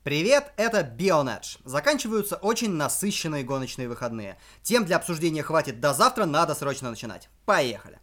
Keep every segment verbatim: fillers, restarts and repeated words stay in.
Привет, это Bionedge. Заканчиваются очень насыщенные гоночные выходные. Тем для обсуждения хватит до завтра, надо срочно начинать. Поехали!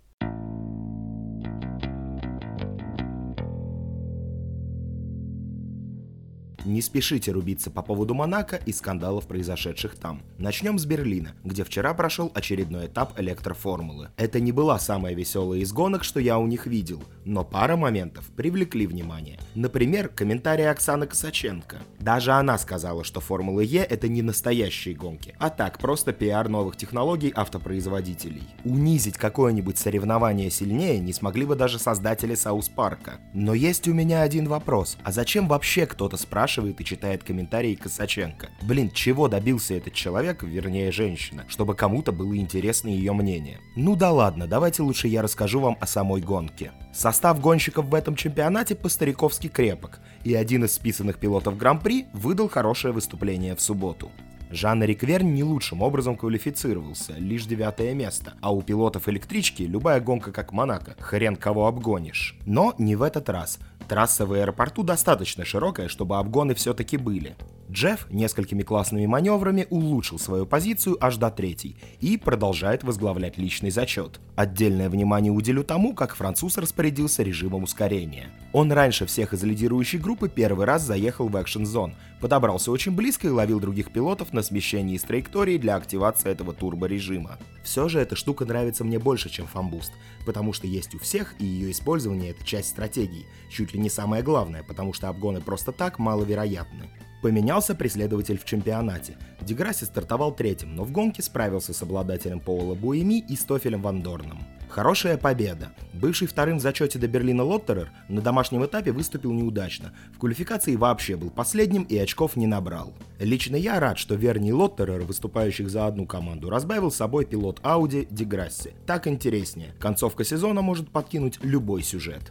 Не спешите рубиться по поводу Монако и скандалов, произошедших там. Начнем с Берлина, где вчера прошел очередной этап электроформулы. Это не была самая веселая из гонок, что я у них видел, но пара моментов привлекли внимание. Например, комментарий Оксаны Косаченко. Даже она сказала, что Формула Е это не настоящие гонки, а так, просто пиар новых технологий автопроизводителей. Унизить какое-нибудь соревнование сильнее не смогли бы даже создатели Саус Парка. Но есть у меня один вопрос. А зачем вообще кто-то спрашивает и читает комментарии Косаченко? Блин, чего добился этот человек, вернее женщина, чтобы кому-то было интересно ее мнение? Ну да ладно, давайте лучше я расскажу вам о самой гонке. Состав гонщиков в этом чемпионате по-стариковски крепок, и один из списанных пилотов Гран-при выдал хорошее выступление в субботу. Жан-Эрик Вернь не лучшим образом квалифицировался, лишь девятое место, а у пилотов электрички любая гонка как Монако, хрен кого обгонишь. Но не в этот раз. Трасса в аэропорту достаточно широкая, чтобы обгоны все-таки были. Джефф несколькими классными маневрами улучшил свою позицию аж до третьей и продолжает возглавлять личный зачет. Отдельное внимание уделю тому, как француз распорядился режимом ускорения. Он раньше всех из лидирующей группы первый раз заехал в экшн-зон, подобрался очень близко и ловил других пилотов на смещении с траектории для активации этого турборежима. Все же эта штука нравится мне больше, чем фанбуст, потому что есть у всех, и ее использование — это часть стратегии, чуть ли не самое главное, потому что обгоны просто так маловероятны. Поменялся преследователь в чемпионате. Ди Грасси стартовал третьим, но в гонке справился с обладателем Пола Буэми и Стофелем Ван Дорном. Хорошая победа. Бывший вторым в зачете до Берлина Лоттерер на домашнем этапе выступил неудачно. В квалификации вообще был последним и очков не набрал. Лично я рад, что Верни и Лоттерер, выступающих за одну команду, разбавил с собой пилот Ауди Ди Грасси. Так интереснее. Концовка сезона может подкинуть любой сюжет.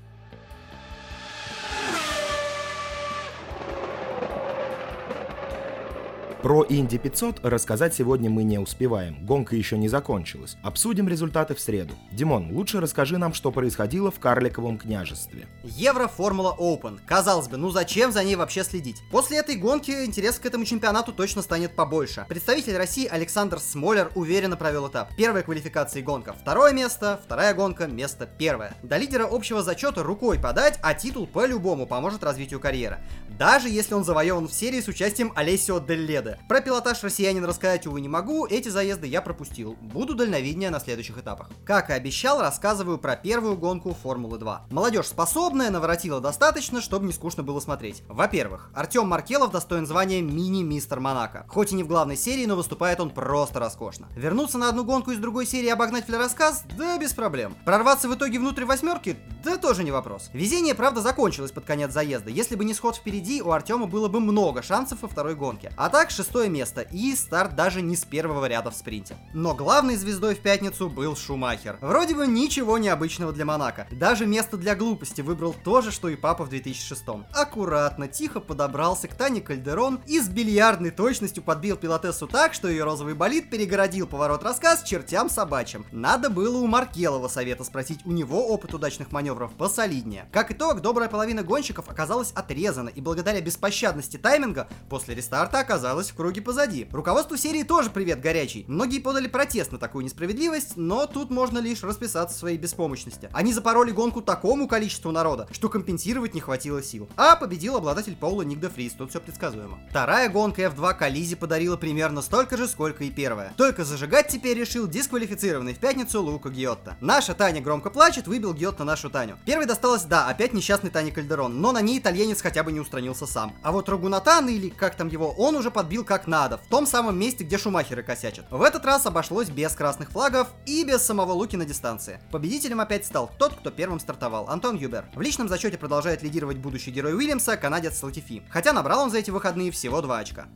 Про Инди пятьсот рассказать сегодня мы не успеваем, гонка еще не закончилась. Обсудим результаты в среду. Димон, лучше расскажи нам, что происходило в Карликовом княжестве. Евро Формула Open. Казалось бы, ну зачем за ней вообще следить? После этой гонки интерес к этому чемпионату точно станет побольше. Представитель России Александр Смолер уверенно провел этап. Первая квалификация и гонка второе место, вторая гонка место первое. До лидера общего зачета рукой подать, а титул по-любому поможет развитию карьеры. Даже если он завоеван в серии с участием Алессио Дель Леде. Про пилотаж россиянин рассказать, увы, не могу, эти заезды я пропустил. Буду дальновиднее на следующих этапах. Как и обещал, рассказываю про первую гонку Формулы два. Молодежь способная, наворотила достаточно, чтобы не скучно было смотреть. Во-первых, Артем Маркелов достоин звания мини-мистер Монако. Хоть и не в главной серии, но выступает он просто роскошно. Вернуться на одну гонку из другой серии и обогнать флерассказ? Да без проблем. Прорваться в итоге внутрь восьмерки? Да тоже не вопрос. Везение, правда, закончилось под конец заезда. Если бы не сход впереди, у Артема было бы много шансов во второй гонке. А так, шестое место и старт даже не с первого ряда в спринте. Но главной звездой в пятницу был Шумахер. Вроде бы ничего необычного для Монако. Даже место для глупости выбрал то же, что и папа в две тысячи шестом. Аккуратно, тихо подобрался к Тане Кальдерон и с бильярдной точностью подбил пилотессу так, что ее розовый болид перегородил поворот рассказ чертям собачьим. Надо было у Маркелова совета спросить, у него опыт удачных маневров посолиднее. Как итог, добрая половина гонщиков оказалась отрезана, и благодаря беспощадности тайминга после рестарта оказалась в круге позади. Руководству серии тоже привет горячий. Многие подали протест на такую несправедливость, но тут можно лишь расписаться в своей беспомощности. Они запороли гонку такому количеству народа, что компенсировать не хватило сил. А победил обладатель Пола Ник де Фрис, тут все предсказуемо. Вторая гонка эф два Колизи подарила примерно столько же, сколько и первая. Только зажигать теперь решил дисквалифицированный в пятницу Лука Гиотто. Наша Таня громко плачет, выбил Гиотто нашу Таню. Первой досталось, да, опять несчастный Тане Кальдерон, но на ней итальянец хотя бы не устранился сам. А вот Рагунатан, или как там его, он уже подбил как надо, в том самом месте, где шумахеры косячат. В этот раз обошлось без красных флагов и без самого Луки на дистанции. Победителем опять стал тот, кто первым стартовал, Антон Юбер. В личном зачете продолжает лидировать будущий герой Уильямса, канадец Латифи. Хотя набрал он за эти выходные всего два очка.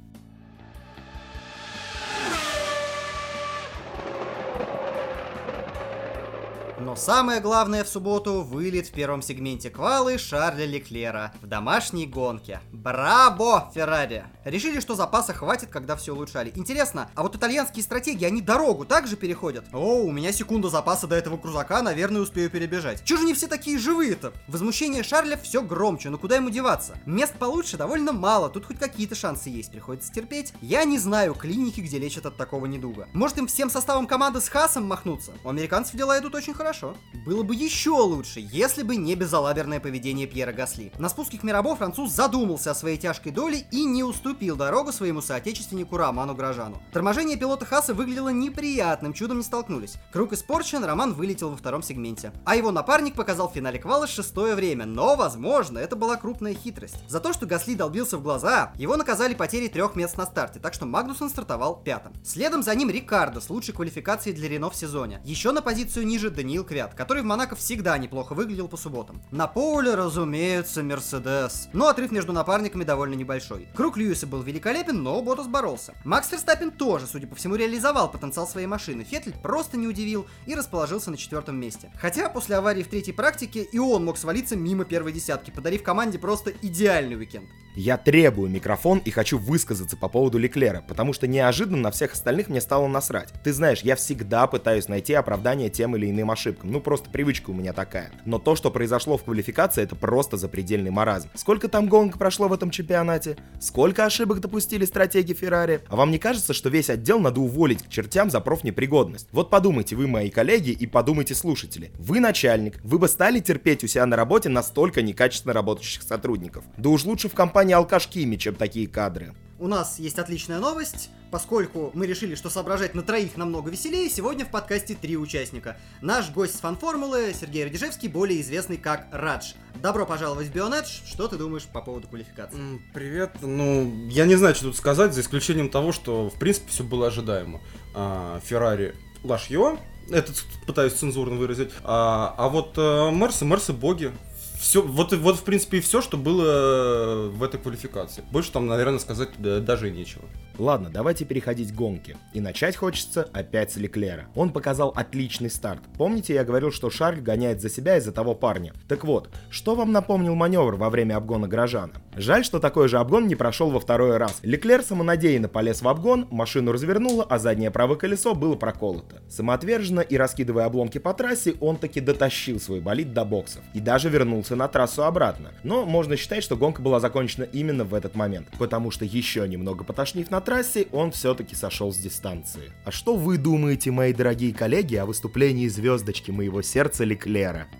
Но самое главное в субботу — вылет в первом сегменте квалы Шарля Леклера в домашней гонке. Браво, Феррари! Решили, что запаса хватит, когда все улучшали. Интересно, а вот итальянские стратегии, они дорогу также переходят? О, у меня секунда запаса до этого крузака, наверное, успею перебежать. Чё же не все такие живые-то? Возмущение Шарля все громче, но куда ему деваться? Мест получше довольно мало, тут хоть какие-то шансы есть, приходится терпеть. Я не знаю клиники, где лечат от такого недуга. Может, им всем составом команды с Хасом махнуться? У американцев дела идут очень хорошо. Было бы еще лучше, если бы не безалаберное поведение Пьера Гасли. На спуске к Мирабо француз задумался о своей тяжкой доле и не уступил дорогу своему соотечественнику Роману Гражану. Торможение пилота Хаса выглядело неприятным, чудом не столкнулись. Круг испорчен, Роман вылетел во втором сегменте. А его напарник показал в финале квала шестое время, но, возможно, это была крупная хитрость. За то, что Гасли долбился в глаза, его наказали потерей трех мест на старте, так что Магнусон стартовал пятым. Следом за ним Рикардо с лучшей квалификацией для Рено в сезоне. Еще на позицию ниже Даниил Квят, который в Монако всегда неплохо выглядел по субботам. На поле, разумеется, Мерседес. Но отрыв между напарниками довольно небольшой. Круг Льюиса был великолепен, но Ботас боролся. Макс Ферстаппен тоже, судя по всему, реализовал потенциал своей машины. Феттель просто не удивил и расположился на четвертом месте. Хотя после аварии в третьей практике и он мог свалиться мимо первой десятки, подарив команде просто идеальный уикенд. Я требую микрофон и хочу высказаться по поводу Леклера, потому что неожиданно на всех остальных мне стало насрать. Ты знаешь, я всегда пытаюсь найти оправдание тем или иным ошибкам, ну просто привычка у меня такая. Но то, что произошло в квалификации, это просто запредельный маразм. Сколько там гонок прошло в этом чемпионате? Сколько ошибок допустили стратеги Феррари? А вам не кажется, что весь отдел надо уволить к чертям за профнепригодность? Вот подумайте вы, мои коллеги, и подумайте слушатели. Вы начальник, вы бы стали терпеть у себя на работе настолько некачественно работающих сотрудников? Да уж лучше в компании алкаш Кими, чем такие кадры. У нас есть отличная новость. Поскольку мы решили, что соображать на троих намного веселее, сегодня в подкасте три участника. Наш гость с фан-формулы Сергей Радижевский, более известный как Радж. Добро пожаловать в Бионедж. Что ты думаешь по поводу квалификации? Привет. Ну, я не знаю, что тут сказать, за исключением того, что, в принципе, все было ожидаемо. Феррари лашье, это пытаюсь цензурно выразить, а, а вот Мерсы, Мерсы боги. Все, вот, вот, в принципе, и все, что было в этой квалификации. Больше там, наверное, сказать да, даже нечего. Ладно, давайте переходить к гонке. И начать хочется опять с Леклера. Он показал отличный старт. Помните, я говорил, что Шарль гоняет за себя из-за того парня? Так вот, что вам напомнил маневр во время обгона Гражана? Жаль, что такой же обгон не прошел во второй раз. Леклер самонадеянно полез в обгон, машину развернуло, а заднее правое колесо было проколото. Самоотверженно и раскидывая обломки по трассе, он таки дотащил свой болид до боксов. И даже вернулся на трассу обратно. Но можно считать, что гонка была закончена именно в этот момент, потому что еще немного потошнив на трассе, он все-таки сошел с дистанции. А что вы думаете, мои дорогие коллеги, о выступлении звездочки моего сердца Леклера?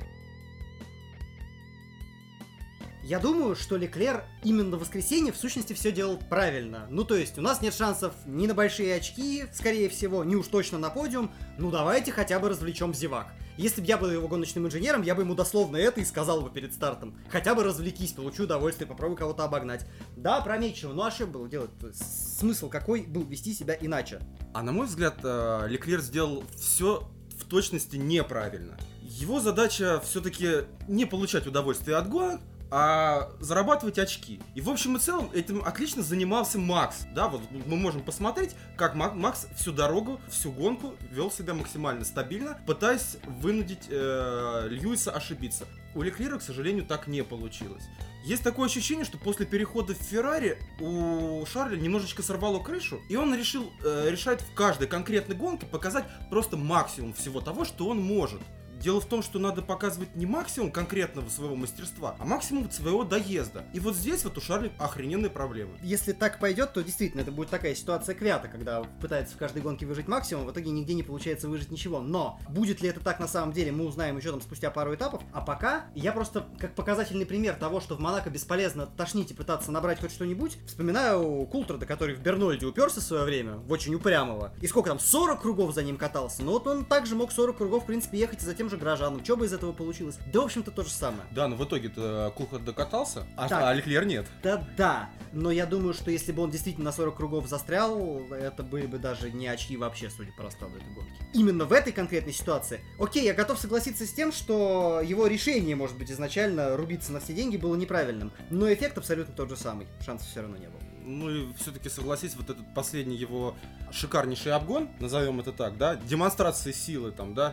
Я думаю, что Леклер именно в воскресенье в сущности все делал правильно. Ну то есть у нас нет шансов ни на большие очки, скорее всего, ни уж точно на подиум. Ну давайте хотя бы развлечем зевак. Если бы я был его гоночным инженером, я бы ему дословно это и сказал бы перед стартом. Хотя бы развлекись, получу удовольствие, попробуй кого-то обогнать. Да, опрометчиво, но ошибка было делать. Смысл какой был вести себя иначе? А на мой взгляд, Леклер сделал все в точности неправильно. Его задача все-таки не получать удовольствие от гонок, а зарабатывать очки. И в общем и целом этим отлично занимался Макс. Да, вот мы можем посмотреть, как Макс всю дорогу, всю гонку вел себя максимально стабильно, пытаясь вынудить э, Льюиса ошибиться. У Леклера, к сожалению, так не получилось. Есть такое ощущение, что после перехода в Феррари у Шарля немножечко сорвало крышу, и он решил э, решать в каждой конкретной гонке показать просто максимум всего того, что он может. Дело в том, что надо показывать не максимум конкретного своего мастерства, а максимум своего доезда. И вот здесь вот у Шарля охрененные проблемы. Если так пойдет, то действительно это будет такая ситуация Квята, когда пытается в каждой гонке выжить максимум, в итоге нигде не получается выжить ничего. Но будет ли это так на самом деле, мы узнаем еще там спустя пару этапов. А пока я просто как показательный пример того, что в Монако бесполезно тошнить и пытаться набрать хоть что-нибудь, вспоминаю Култрода, который в Бернольде уперся в свое время, в очень упрямого. И сколько там, сорок кругов за ним катался. Но вот он также мог сорок кругов, в принципе, ехать и за тем же Гражаном. Что бы из этого получилось? Да, в общем-то, то же самое. Да, но в итоге-то Кулхард докатался, а, Так, а Леклер нет. Да-да, но я думаю, что если бы он действительно на сорок кругов застрял, это были бы даже не очки вообще, судя по раскладу этой гонки. Именно в этой конкретной ситуации, окей, я готов согласиться с тем, что его решение, может быть, изначально рубиться на все деньги было неправильным, но эффект абсолютно тот же самый, шансов все равно не было. Ну и все-таки согласись, вот этот последний его шикарнейший обгон, назовем это так, да, демонстрация силы там, да,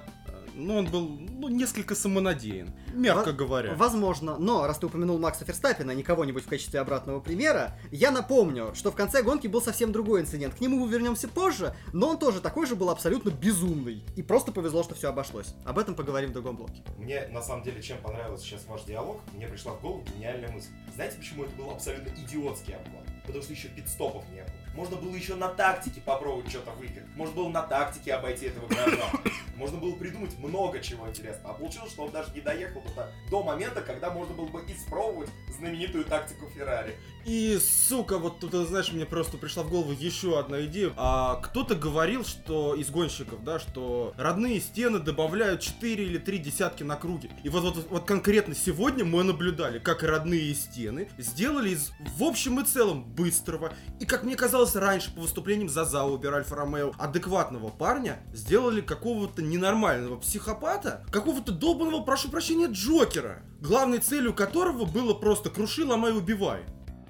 ну, он был, ну, несколько самонадеян, мягко Во- говоря. Возможно, но раз ты упомянул Макса Ферстаппена, не кого-нибудь в качестве обратного примера, я напомню, что в конце гонки был совсем другой инцидент. К нему мы вернемся позже, но он тоже такой же был абсолютно безумный. И просто повезло, что все обошлось. Об этом поговорим в другом блоке. Мне, на самом деле, чем понравился сейчас ваш диалог, мне пришла в голову гениальная мысль. Знаете, почему это был абсолютно идиотский обгон? Потому что еще пит-стопов не было. Можно было еще на тактике попробовать что-то выиграть. Можно было на тактике обойти этого гаража. Можно было придумать много чего интересного. А получилось, что он даже не доехал туда до момента, когда можно было бы испробовать знаменитую тактику Феррари. И, сука, вот тут, знаешь, мне просто пришла в голову еще одна идея. А, кто-то говорил, что из гонщиков, да, что родные стены добавляют четыре или три десятки на круге. И вот, вот, вот конкретно сегодня мы наблюдали, как родные стены сделали из, в общем и целом, быстрого и, как мне казалось раньше, по выступлениям за Заубер, Альфа Ромео, адекватного парня, сделали какого-то ненормального психопата, какого-то долбанного, прошу прощения, Джокера, главной целью которого было просто круши, ломай, убивай.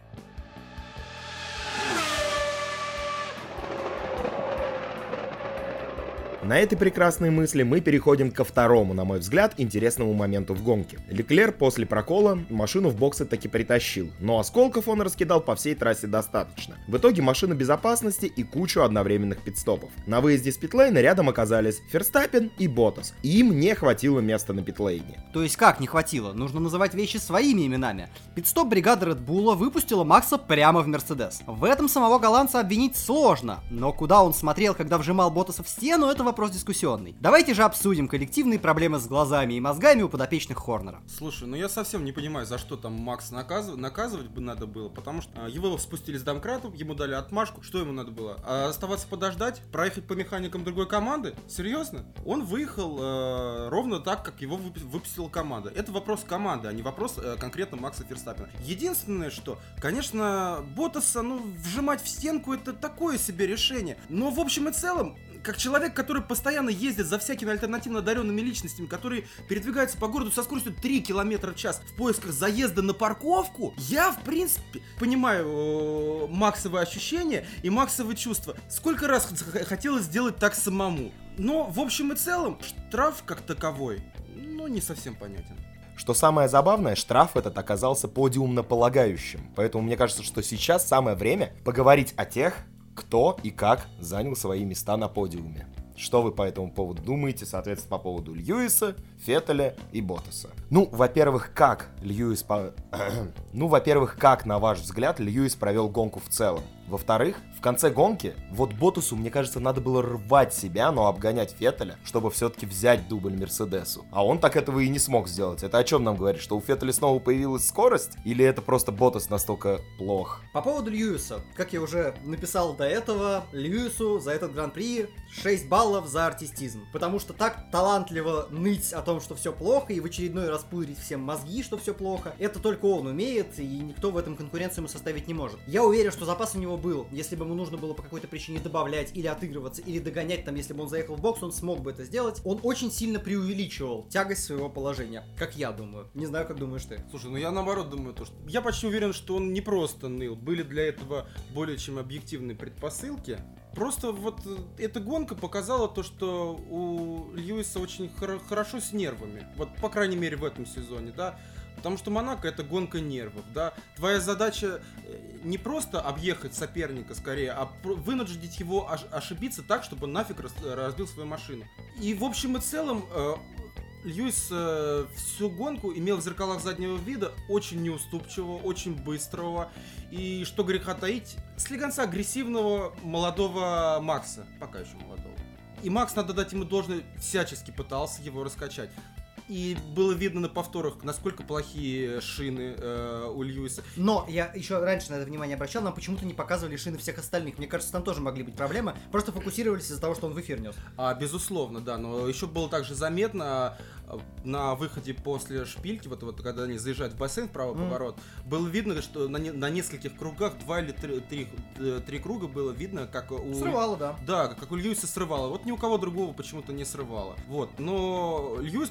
На этой прекрасной мысли мы переходим ко второму, на мой взгляд, интересному моменту в гонке. Леклер после прокола машину в боксы таки притащил, но осколков он раскидал по всей трассе достаточно. В итоге машина безопасности и кучу одновременных пит-стопов. На выезде с питлейна рядом оказались Ферстаппен и Ботас, и им не хватило места на питлейне. То есть как не хватило? Нужно называть вещи своими именами. Пит-стоп бригада Red Bull выпустила Макса прямо в Мерседес. В этом самого голландца обвинить сложно, но куда он смотрел, когда вжимал Ботаса в стену, это вопрос дискуссионный. Давайте же обсудим коллективные проблемы с глазами и мозгами у подопечных Хорнера. Слушай, ну я совсем не понимаю, за что там Макс наказыв... наказывать бы надо было, потому что а, его спустили с домкратов, ему дали отмашку. Что ему надо было? А, оставаться подождать? Проехать по механикам другой команды? Серьезно? Он выехал э, ровно так, как его выпу- выпустила команда. Это вопрос команды, а не вопрос э, конкретно Макса Ферстаппена. Единственное, что, конечно, Ботаса, ну, вжимать в стенку — это такое себе решение. Но в общем и целом, как человек, который постоянно ездит за всякими альтернативно одаренными личностями, которые передвигаются по городу со скоростью три километра в час в поисках заезда на парковку, я, в принципе, понимаю э, максовые ощущения и максовые чувства. Сколько раз х- хотелось сделать так самому. Но, в общем и целом, штраф как таковой, ну, не совсем понятен. Что самое забавное, штраф этот оказался подиумно-полагающим. Поэтому мне кажется, что сейчас самое время поговорить о тех, кто и как занял свои места на подиуме. Что вы по этому поводу думаете, соответственно, по поводу Льюиса, Феттеля и Ботаса? Ну, во-первых, как Льюис по... ну, во-первых, как, на ваш взгляд, Льюис провел гонку в целом? Во-вторых, в конце гонки, вот Ботасу, мне кажется, надо было рвать себя, но обгонять Феттеля, чтобы все-таки взять дубль Мерседесу. А он так этого и не смог сделать. Это о чем нам говорит? Что у Феттеля снова появилась скорость? Или это просто Ботас настолько плох? По поводу Льюиса. Как я уже написал до этого, Льюису за этот гран-при шесть баллов за артистизм. Потому что так талантливо ныть о том, что все плохо, и в очередной раз пудрить всем мозги, что все плохо, это только он умеет, и никто в этом конкуренцию ему составить не может. Я уверен, что запас у него был. Если бы ему нужно было по какой-то причине добавлять или отыгрываться, или догонять, там, если бы он заехал в бокс, он смог бы это сделать. Он очень сильно преувеличивал тягость своего положения, как я думаю. Не знаю, как думаешь ты. Слушай, ну я наоборот думаю, то, что я почти уверен, что он не просто ныл. Были для этого более чем объективные предпосылки. Просто вот эта гонка показала то, что у Льюиса очень хор- хорошо с нервами. Вот, по крайней мере, в этом сезоне, да. Потому что Монако — это гонка нервов, да. Твоя задача не просто объехать соперника скорее, а вынудить его ош- ошибиться так, чтобы он нафиг рас- разбил свою машину. И в общем и целом э, Льюис э, всю гонку имел в зеркалах заднего вида очень неуступчивого, очень быстрого и, что греха таить, слегонца агрессивного молодого Макса, пока еще молодого. И Макс, надо дать ему должное, всячески пытался его раскачать. И было видно на повторах, насколько плохие шины э, у Льюиса. Но я еще раньше на это внимание обращал, нам почему-то не показывали шины всех остальных. Мне кажется, там тоже могли быть проблемы. Просто фокусировались из-за того, что он в эфир нес. А, безусловно, да. Но еще было также заметно на выходе после шпильки, вот, вот когда они заезжают в бассейн в правый mm. поворот, было видно, что на, не, на нескольких кругах, два или три, три, три круга было видно, как у... Срывало, да. Да, как у Льюиса срывало. Вот ни у кого другого почему-то не срывало. Вот. Но Льюис просто, еще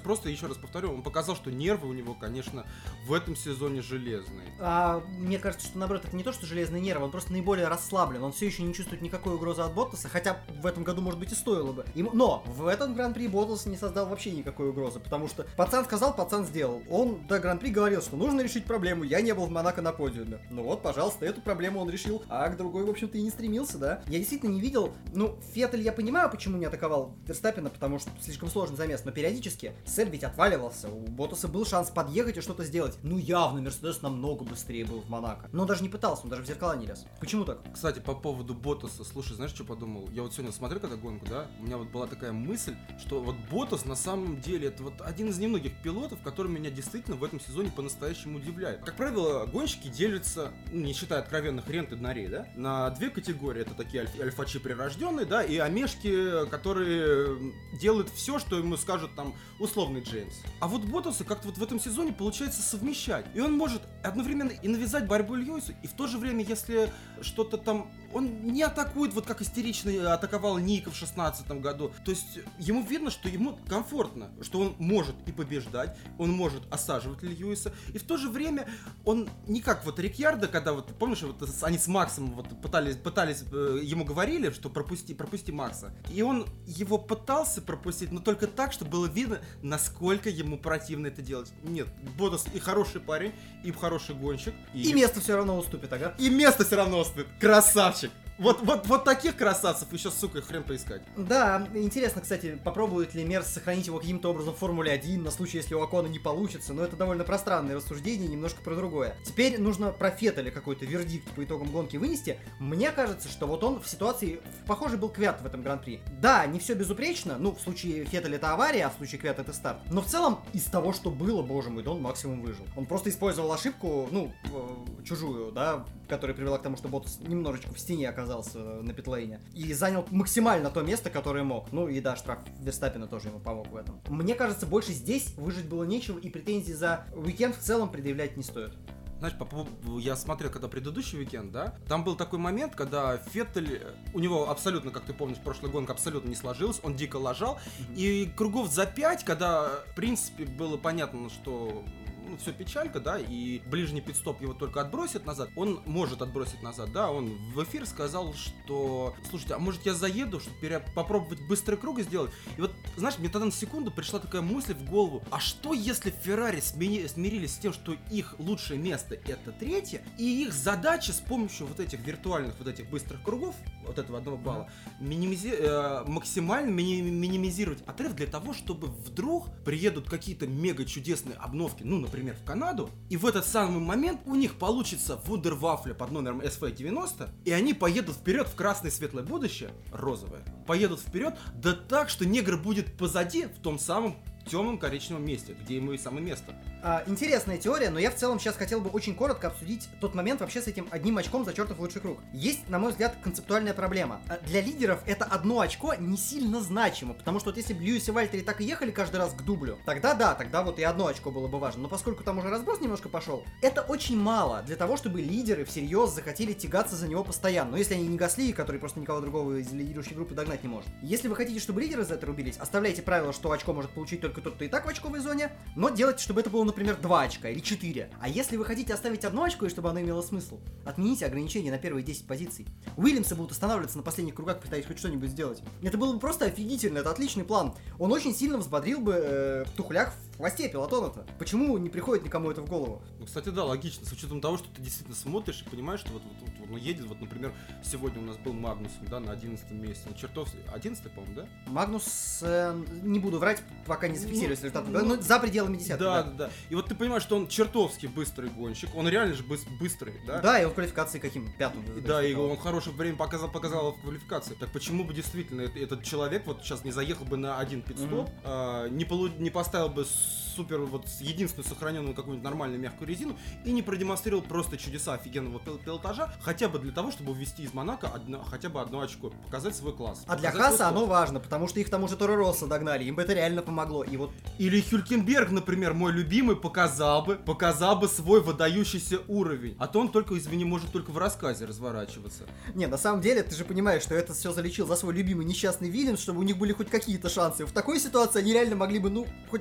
раз повторю, он показал, что нервы у него, конечно, в этом сезоне железные. А, мне кажется, что наоборот, это не то, что железные нервы, он просто наиболее расслаблен, он все еще не чувствует никакой угрозы от Боттаса, хотя в этом году, может быть, и стоило бы. Ему... Но в этом гран-при Боттас не создал вообще никакой угрозы, потому что пацан сказал, пацан сделал. Он до гран-при говорил, что нужно решить проблему, я не был в Монако на подиуме. Ну вот, пожалуйста, эту проблему он решил, а к другой, в общем-то, и не стремился, да. Я действительно не видел, ну, Феттель я понимаю, почему не атаковал Верстаппена, потому что слишком сложный замес, но периодически Себ ведь отваливался, у Боттаса был шанс подъехать и что-то сделать. Ну явно Мерседес намного быстрее был в Монако. Но он даже не пытался, он даже в зеркала не лез. Почему так? Кстати, по поводу Боттаса, слушай, знаешь, что подумал? Я вот сегодня смотрел когда гонку, да, у меня вот была такая мысль, что вот Боттас на самом деле это вот один из немногих пилотов, который меня действительно в этом сезоне по-настоящему удивляет. Как правило, гонщики делятся, ну, не считая откровенных рент и днарей, да, на две категории. Это такие альф- альфачи прирожденные, да, и омешки, которые делают все, что ему скажет там условный Джеймс. А вот Боттаса как-то вот в этом сезоне получается совмещать. И он может одновременно и навязать борьбу Льюису, и в то же время, если что-то там... Он не атакует, вот как истерично атаковал Ника в шестнадцатом году. То есть ему видно, что ему комфортно, что он может и побеждать, он может осаживать Льюиса, и в то же время он не как вот Рикьярдо, когда вот, помнишь, вот они с Максом вот пытались, пытались э, ему говорили, что пропусти, пропусти Макса. И он его пытался пропустить, но только так, чтобы было видно, насколько ему противно это делать. Нет, Боттас и хороший парень, и хороший гонщик. И, и место все равно уступит, ага. И место все равно уступит. Красавчик! Вот, вот, вот таких красавцев еще, сука, хрен поискать. Да, интересно, кстати, попробует ли Мерс сохранить его каким-то образом в Формуле один на случай, если у Окона не получится, но это довольно пространное рассуждение, немножко про другое. Теперь нужно про Феттеля какой-то вердикт по итогам гонки вынести. Мне кажется, что вот он в ситуации, похожий был Квят в этом гран-при. Да, не все безупречно, ну, в случае Феттеля это авария, а в случае Квят это старт. Но в целом, из того, что было, боже мой, да он максимум выжил. Он просто использовал ошибку, ну, чужую, да, которая привела к тому, что Боттас немножечко в стене оказался на питлейне. И занял максимально то место, которое мог. Ну и да, штраф Верстаппена тоже ему помог в этом. Мне кажется, больше здесь выжить было нечего, и претензий за уикенд в целом предъявлять не стоит. Знаешь, по поводу, я смотрел, когда предыдущий уикенд, да, там был такой момент, когда Феттель, у него абсолютно, как ты помнишь, прошлая гонка абсолютно не сложилась, он дико лажал, mm-hmm. и кругов за пять, когда, в принципе, было понятно, что... ну, все печалька, да, и ближний пит-стоп его только отбросит назад, он может отбросить назад, да, он в эфир сказал, что, слушайте, а может я заеду, чтобы пере... попробовать быстрый круг сделать, и вот, знаешь, мне тогда на секунду пришла такая мысль в голову, а что если Феррари смени... смирились с тем, что их лучшее место это третье, и их задача с помощью вот этих виртуальных вот этих быстрых кругов, вот этого одного балла, минимизи... э, максимально мини... минимизировать отрыв для того, чтобы вдруг приедут какие-то мега чудесные обновки, ну, например, в Канаду, и в этот самый момент у них получится вундервафля под номером эс эф девяносто, и они поедут вперед в красное светлое будущее, розовое, поедут вперед, да так, что негр будет позади в том самом темном коричневом месте, где ему и самое место. А, интересная теория, но я в целом сейчас хотел бы очень коротко обсудить тот момент вообще с этим одним очком за чертов лучший круг. Есть, на мой взгляд, концептуальная проблема. Для лидеров это одно очко не сильно значимо, потому что вот если бы Льюис и Вальтери так и ехали каждый раз к дублю, тогда да, тогда вот и одно очко было бы важно. Но поскольку там уже разброс немножко пошел, это очень мало для того, чтобы лидеры всерьез захотели тягаться за него постоянно. Но если они не Гасли, который просто никого другого из лидирующей группы догнать не может. Если вы хотите, чтобы лидеры за это рубились, оставляйте правило, что очко может получить только тот, кто и так в очковой зоне, но делайте, чтобы это было, например, два очка или четыре. А если вы хотите оставить одно очко, и чтобы оно имело смысл, отмените ограничения на первые десять позиций. Уильямсы будут останавливаться на последних кругах, пытаясь хоть что-нибудь сделать. Это было бы просто офигительно, это отличный план. Он очень сильно взбодрил бы э, Тухляк в хвосте пилотона-то. Почему не приходит никому это в голову? Ну, кстати, да, логично, с учетом того, что ты действительно смотришь и понимаешь, что вот, вот, вот, вот он едет, вот, например, сегодня у нас был Магнус, да, на одиннадцатом месте, на чертовски, одиннадцатый, по-моему, да? Магнус, э, не буду врать, пока не зафиксирую ну, результат, ну, но за пределами десятки. Да, да, да, да. И вот ты понимаешь, что он чертовски быстрый гонщик, он реально же быс- быстрый, да? Да, и он в квалификации каким? Пятым. Да, и он хорошее время показал, показал в квалификации. Так почему бы действительно этот человек вот сейчас не заехал бы на один пит-стоп, mm-hmm. а, не, полу- не поставил бы супер, вот единственную сохраненную какую-нибудь нормальную мягкую резину и не продемонстрировал просто чудеса офигенного пил- пилотажа, хотя бы для того, чтобы увезти из Монако одно, хотя бы одно очко, показать свой класс. А для Хаса оно важно, потому что их к тому же Торо Россо догнали, им бы это реально помогло. И вот... Или Хюлькенберг, например, мой любимый, показал бы, показал бы свой выдающийся уровень. А то он только, извини, может только в рассказе разворачиваться. Не, на самом деле, ты же понимаешь, что это все залечил за свой любимый несчастный Вильямс, чтобы у них были хоть какие-то шансы. В такой ситуации они реально могли бы, ну, хоть сме-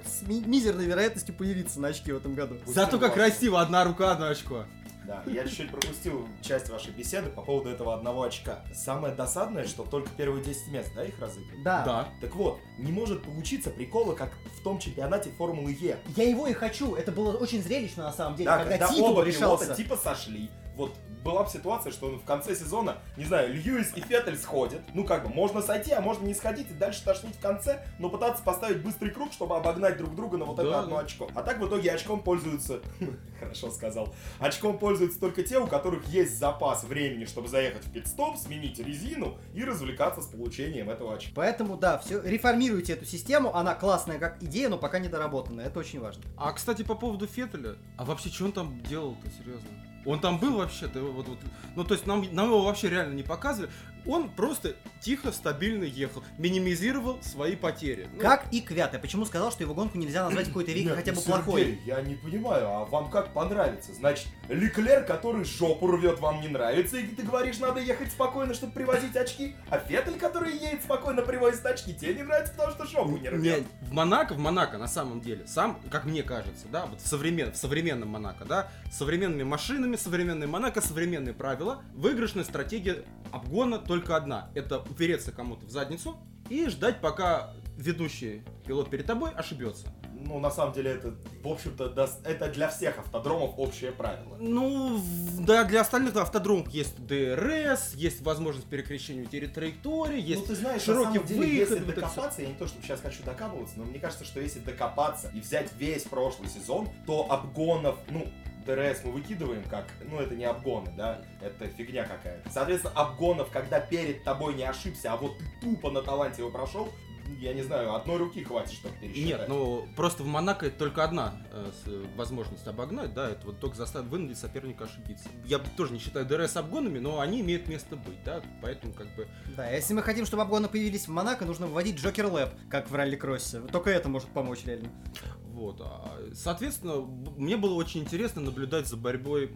мизерной вероятностью появиться на очки в этом году. Зато как красиво, одна рука, одно очко. Да, я чуть-чуть пропустил часть вашей беседы по поводу этого одного очка. Самое досадное, что только первые десять мест, да, их разыграли? Да. Да. Так вот, не может получиться прикола, как в том чемпионате Формулы Е. Я его и хочу. Это было очень зрелищно на самом деле, Да, когда, когда титул оба решался. пилота типа сошли. Вот была бы ситуация, что в конце сезона, не знаю, Льюис и Феттель сходят. Ну как бы, можно сойти, а можно не сходить и дальше тошнить в конце, но пытаться поставить быстрый круг, чтобы обогнать друг друга на вот Да, это одно да. очко. А так в итоге очком пользуются, хорошо сказал, очком пользуются только те, у которых есть запас времени, чтобы заехать в пит-стоп, сменить резину и развлекаться с получением этого очка. Поэтому, да, все, реформируйте эту систему. Она классная как идея, но пока не доработанная. Это очень важно. А, кстати, по поводу Феттеля, а вообще, что он там делал-то, серьезно? Он там был вообще-то, вот, вот, ну, то есть нам, нам его вообще реально не показывали. Он просто тихо, стабильно ехал, минимизировал свои потери. Ну, Как и Квят. Я почему сказал, что его гонку нельзя назвать какой-то веке Нет, хотя бы ну, плохой? Сергей, я не понимаю, а вам как понравится? Значит, Леклер, который жопу рвет, вам не нравится, и ты говоришь, надо ехать спокойно, чтобы привозить очки, а Феттель, который едет спокойно, привозит очки, тебе не нравится, потому что жопу не рвет. Нет, в Монако, в Монако на самом деле, сам, как мне кажется, да, вот в, современ, в современном Монако, да, с современными машинами, современной Монако, современные правила, выигрышная стратегия обгона только одна. Это упереться кому-то в задницу и ждать, пока ведущий пилот перед тобой ошибется. Ну, на самом деле, это, в общем-то, дос- это для всех автодромов общее правило. Ну, в- да, для остальных автодромов есть ДРС, есть возможность перекрещения утери траектории, есть Ну, ты знаешь, широкий на самом деле, если выход, вот это докопаться, я не то, чтобы сейчас хочу докапываться, но мне кажется, что если докопаться и взять весь прошлый сезон, то обгонов, ну, ДРС мы выкидываем как, ну, это не обгоны, да, это фигня какая-то. Соответственно, обгонов, когда перед тобой не ошибся, а вот ты тупо на таланте его прошел, я не знаю, одной руки хватит, чтобы пересчитать. Нет, ну просто в Монако это только одна э, с- возможность обогнать, да, это вот только заставит вынудить соперника ошибиться. Я тоже не считаю ДРС обгонами, но они имеют место быть, да, поэтому как бы... Да, если мы хотим, чтобы обгоны появились в Монако, нужно вводить Джокер Лэп, как в ралли-кроссе. Только это может помочь реально. Вот, а, соответственно, б- мне было очень интересно наблюдать за борьбой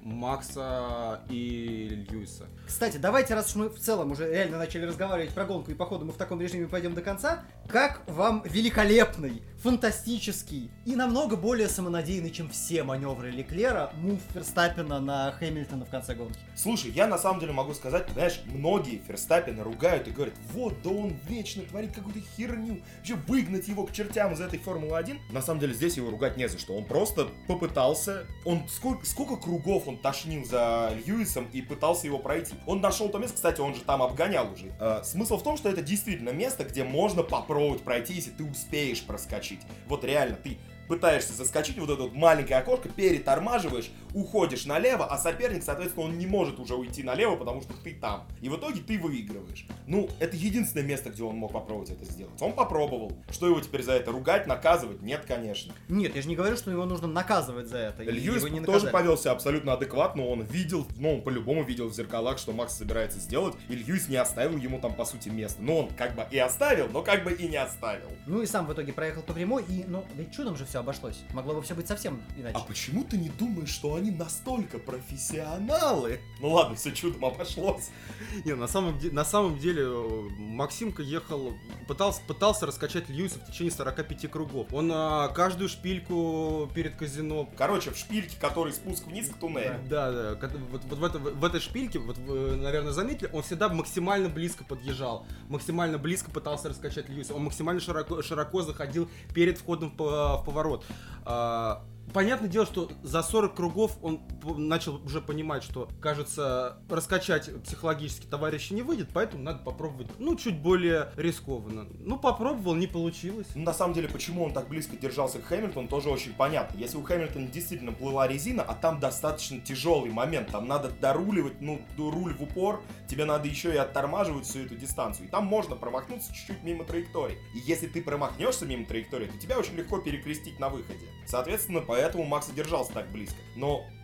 Макса и Льюиса. Кстати, давайте, раз уж мы в целом уже реально начали разговаривать про гонку, и походу мы в таком режиме пойдем до конца, как вам великолепный, фантастический и намного более самонадеянный, чем все маневры Леклера, мув Ферстаппена на Хэмилтона в конце гонки? Слушай, я на самом деле могу сказать, знаешь, многие Ферстаппена ругают и говорят, вот, да он вечно творит какую-то херню, вообще выгнать его к чертям из этой Формулы один. На самом деле здесь его ругать не за что, он просто попытался, он сколько, сколько кругов он тошнил за Льюисом и пытался его пройти. Он нашел то место, кстати, он же там обгонял уже. Э, смысл в том, что это действительно место, где можно попробовать пройти, если ты успеешь проскочить. Вот реально, ты пытаешься заскочить в вот это вот маленькое окошко, перетормаживаешь, уходишь налево, а соперник, соответственно, он не может уже уйти налево, потому что ты там. И в итоге ты выигрываешь. Ну, это единственное место, где он мог попробовать это сделать. Он попробовал. Что его теперь за это ругать, наказывать? Нет, конечно. Нет, я же не говорю, что его нужно наказывать за это. и Льюис его не тоже наказали. повел себя абсолютно адекватно, он видел, ну, он по-любому видел в зеркалах, что Макс собирается сделать, и Льюис не оставил ему там, по сути, место. Но он как бы и оставил, но как бы и не оставил. Ну и сам в итоге проехал по прямой, и, ну, ведь чудом же все обошлось. Могло бы все быть совсем иначе. А почему ты не думаешь, что они настолько профессионалы? Ну ладно, все чудом обошлось. Не, на самом, де- на самом деле э, Максимка ехал, пытался, пытался раскачать Льюиса в течение сорока пяти кругов. Он а, каждую шпильку перед казино... Короче, в шпильке, который спуск вниз к туннелю. Да, да, кот- вот, вот в, это- в этой шпильке, вот вы, наверное, заметили, он всегда максимально близко подъезжал, максимально близко пытался раскачать Льюиса, он максимально широко, широко заходил перед входом в, по- в поворот. А, Понятное дело, что за сорок кругов он п- начал уже понимать, что, кажется, раскачать психологически товарища не выйдет, поэтому надо попробовать, ну, чуть более рискованно. Ну, попробовал, не получилось. Ну, на самом деле, почему он так близко держался к Хэмилтону, тоже очень понятно. Если у Хэмилтона действительно плыла резина, а там достаточно тяжелый момент, там надо доруливать, ну, руль в упор, тебе надо еще и оттормаживать всю эту дистанцию. И там можно промахнуться чуть-чуть мимо траектории. И если ты промахнешься мимо траектории, то тебя очень легко перекрестить на выходе. Соответственно, поэтому Макс и держался так близко. Но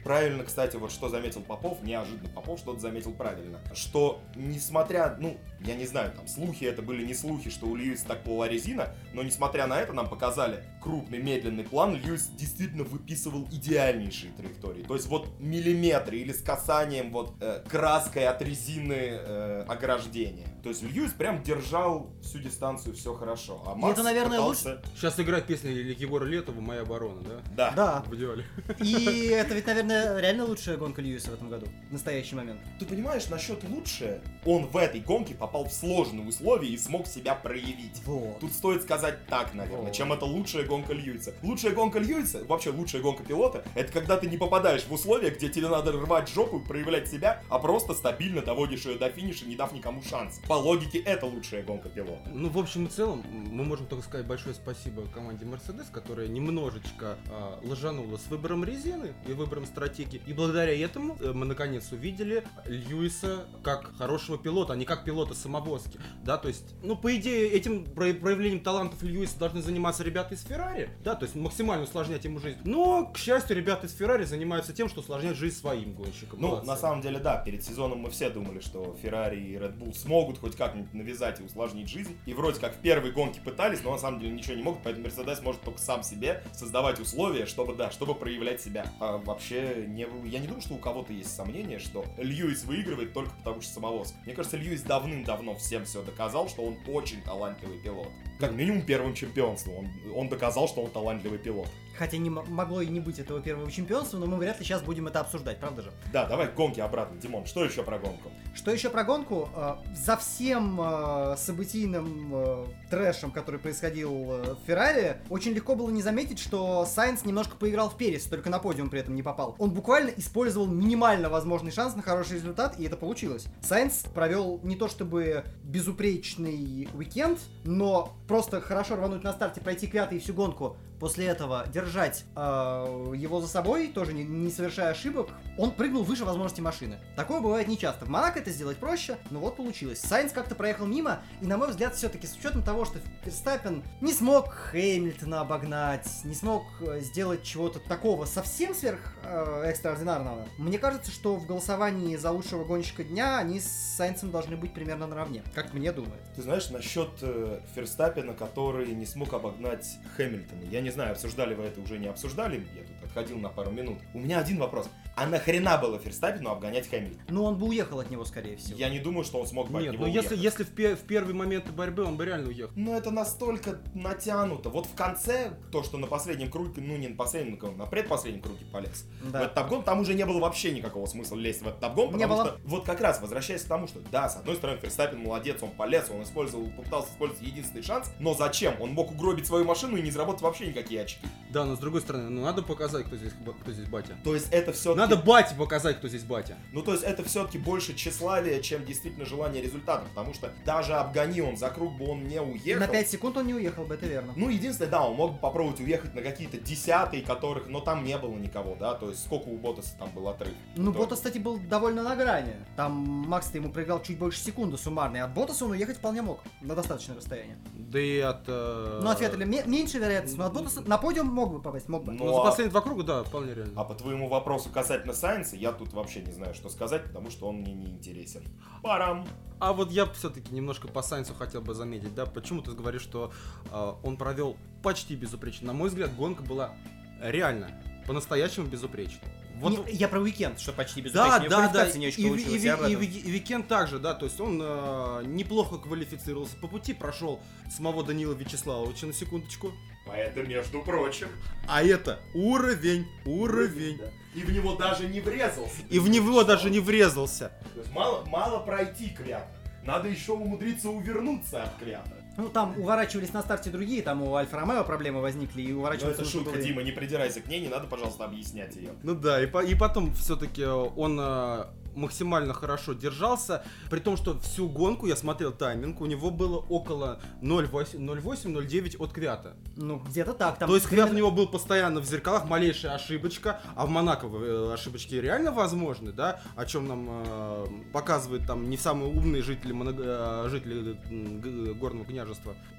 правильно, кстати, вот что заметил Попов, неожиданно Попов что-то заметил правильно, что несмотря, ну, я не знаю, там, слухи это были не слухи, что у Льюиса так плыла резина, но несмотря на это нам показали крупный медленный план, Льюис действительно выписывал идеальнейшие траектории, то есть вот миллиметры или с касанием вот э, краской от резины э, ограждения. То есть Льюис прям держал всю дистанцию, все хорошо. А Макс это, наверное, пытался... лучше. Сейчас играет песня Егора Летова «Моя оборона», да? Да. Да. В идеале. И это ведь, наверное, реально лучшая гонка Льюиса в этом году. В настоящий момент. Ты понимаешь, насчет лучшее, он в этой гонке попал в сложные условия и смог себя проявить. Вот. Тут стоит сказать так, наверное, Вот. чем это лучшая гонка Льюиса. Лучшая гонка Льюиса, вообще лучшая гонка пилота, это когда ты не попадаешь в условия, где тебе надо рвать жопу и проявлять себя, а просто стабильно доводишь ее до финиша, не дав никому шанс. По логике, это лучшая гонка пилота. Ну, в общем и целом, мы можем только сказать большое спасибо команде Mercedes, которая немножечко э, лажанула с выбором резины и выбором стратегии. И благодаря этому э, мы наконец увидели Льюиса как хорошего пилота, а не как пилота самовозки. Да, то есть, ну, по идее, этим про- проявлением талантов Льюиса должны заниматься ребята из Феррари, да, то есть максимально усложнять ему жизнь. Но, к счастью, ребята из Феррари занимаются тем, что усложняют жизнь своим гонщикам. Ну, Молодцы. на самом деле, да, перед сезоном мы все думали, что Феррари и Red Bull смогут хоть как-нибудь навязать и усложнить жизнь. И вроде как в первой гонке пытались, но на самом деле ничего не могут, поэтому Mercedes может только сам себе создавать условия, чтобы, да, чтобы проявлять себя. А вообще, не, я не думаю, что у кого-то есть сомнение, что Льюис выигрывает только потому, что самовоз. Мне кажется, Льюис давным-давно всем все доказал, что он очень талантливый пилот. Как минимум первым чемпионством. Он, он доказал, что он талантливый пилот. Хотя не м- могло и не быть этого первого чемпионства, но мы вряд ли сейчас будем это обсуждать, правда же? Да, давай к гонке обратно. Димон, что еще про гонку? Что еще про гонку? Э, За всем э, событийным э, трэшем, который происходил э, в Феррари, очень легко было не заметить, что Сайнс немножко поиграл в Перес, только на подиум при этом не попал. Он буквально использовал минимально возможный шанс на хороший результат, и это получилось. Сайнс провел не то чтобы безупречный уикенд, но просто хорошо рвануть на старте, пройти квяты и всю гонку, после этого держать э, его за собой, тоже не, не совершая ошибок, он прыгнул выше возможности машины. Такое бывает нечасто. В Монако это сделать проще, но вот получилось. Сайнс как-то проехал мимо, и на мой взгляд, все-таки с учетом того, что Верстаппен не смог Хэмилтона обогнать, не смог э, сделать чего-то такого совсем сверх э, экстраординарного, мне кажется, что в голосовании за лучшего гонщика дня они с Сайнсом должны быть примерно наравне, как мне думается. Ты знаешь, насчет э, Ферстаппена, который не смог обогнать Хэмилтона, я не знаю, обсуждали вы это, уже не обсуждали, я тут отходил на пару минут. У меня один вопрос. А нахрена было Ферстаппену обгонять Хэмилтона? Ну, он бы уехал от него, скорее всего. Я не думаю, что он смог бы Нет, от него ну если, уехать. если в, пе- в первые моменты борьбы он бы реально уехал. Ну это настолько натянуто. Вот в конце, то, что на последнем круге, ну не на последнем, на предпоследнем круге полез. Да. В этот обгон там уже не было вообще никакого смысла лезть в этот обгон, Не потому было. что, вот как раз, возвращаясь к тому, что да, с одной стороны, Ферстаппен молодец, он полез, он использовал, попытался использовать единственный шанс, но зачем? Он мог угробить свою машину и не заработать вообще никакие очки. Да, но с другой стороны, ну надо показать, кто здесь, кто здесь батя. То есть это все Надо бате показать, кто здесь батя. Ну, то есть это все-таки больше тщеславие, чем действительно желание результата, потому что даже обгони он за круг бы он не уехал. На пять секунд он не уехал бы, это верно. Ну, единственное, да, он мог бы попробовать уехать на какие-то десятые, которых, но там не было никого, да, то есть сколько у Ботаса там был отрыв. Ну, То- Ботас, кстати, был довольно на грани. Там Макс-то ему проиграл чуть больше секунды суммарно, и от Ботаса он уехать вполне мог на достаточное расстояние. Да и от... э, Ну, от Феттеля ме- меньше вероятность, но от Ботаса на подиум мог бы попасть, мог бы. Ну, Ну, за а- последние два круга, да, вполне реально. А по твоему вопросу касательно Сайнса, я тут вообще не знаю, что сказать, потому что он мне не интересен. Парам! А вот я все-таки немножко по Сайнсу хотел бы заметить, да, почему ты говоришь, что э, он провел почти безупречно. На мой взгляд, гонка была реально, по-настоящему безупречной. Вот... Не, я про уикенд, что почти без Да, безупречно. да, да, Квалификация не очень и, получилась, и- я об и- этом. и- и Викенд также, да, то есть он э, неплохо квалифицировался по пути, прошел самого Данила Вячеславовича на секундочку. А это между прочим. А это уровень, уровень. Да. И в него даже не врезался. И в него даже не врезался. То есть мало, мало пройти квята. Надо еще умудриться увернуться от квята. Ну, там уворачивались на старте другие, там у Альфа-Ромео проблемы возникли, и Но уворачиваться это нужно шутка, было- Дима, не придирайся к ней, не надо, пожалуйста, объяснять ее. Ну да, и, по- и потом все-таки он э, максимально хорошо держался, при том, что всю гонку я смотрел тайминг, у него было около ноль восемь ноль девять от Квята. Ну, где-то так. Там То есть Квят примерно- у него был постоянно в зеркалах, малейшая ошибочка, а в Монако э, ошибочки реально возможны, да, о чем нам э, показывают там не самые умные жители, Моно- э, жители м, г- горного княжества.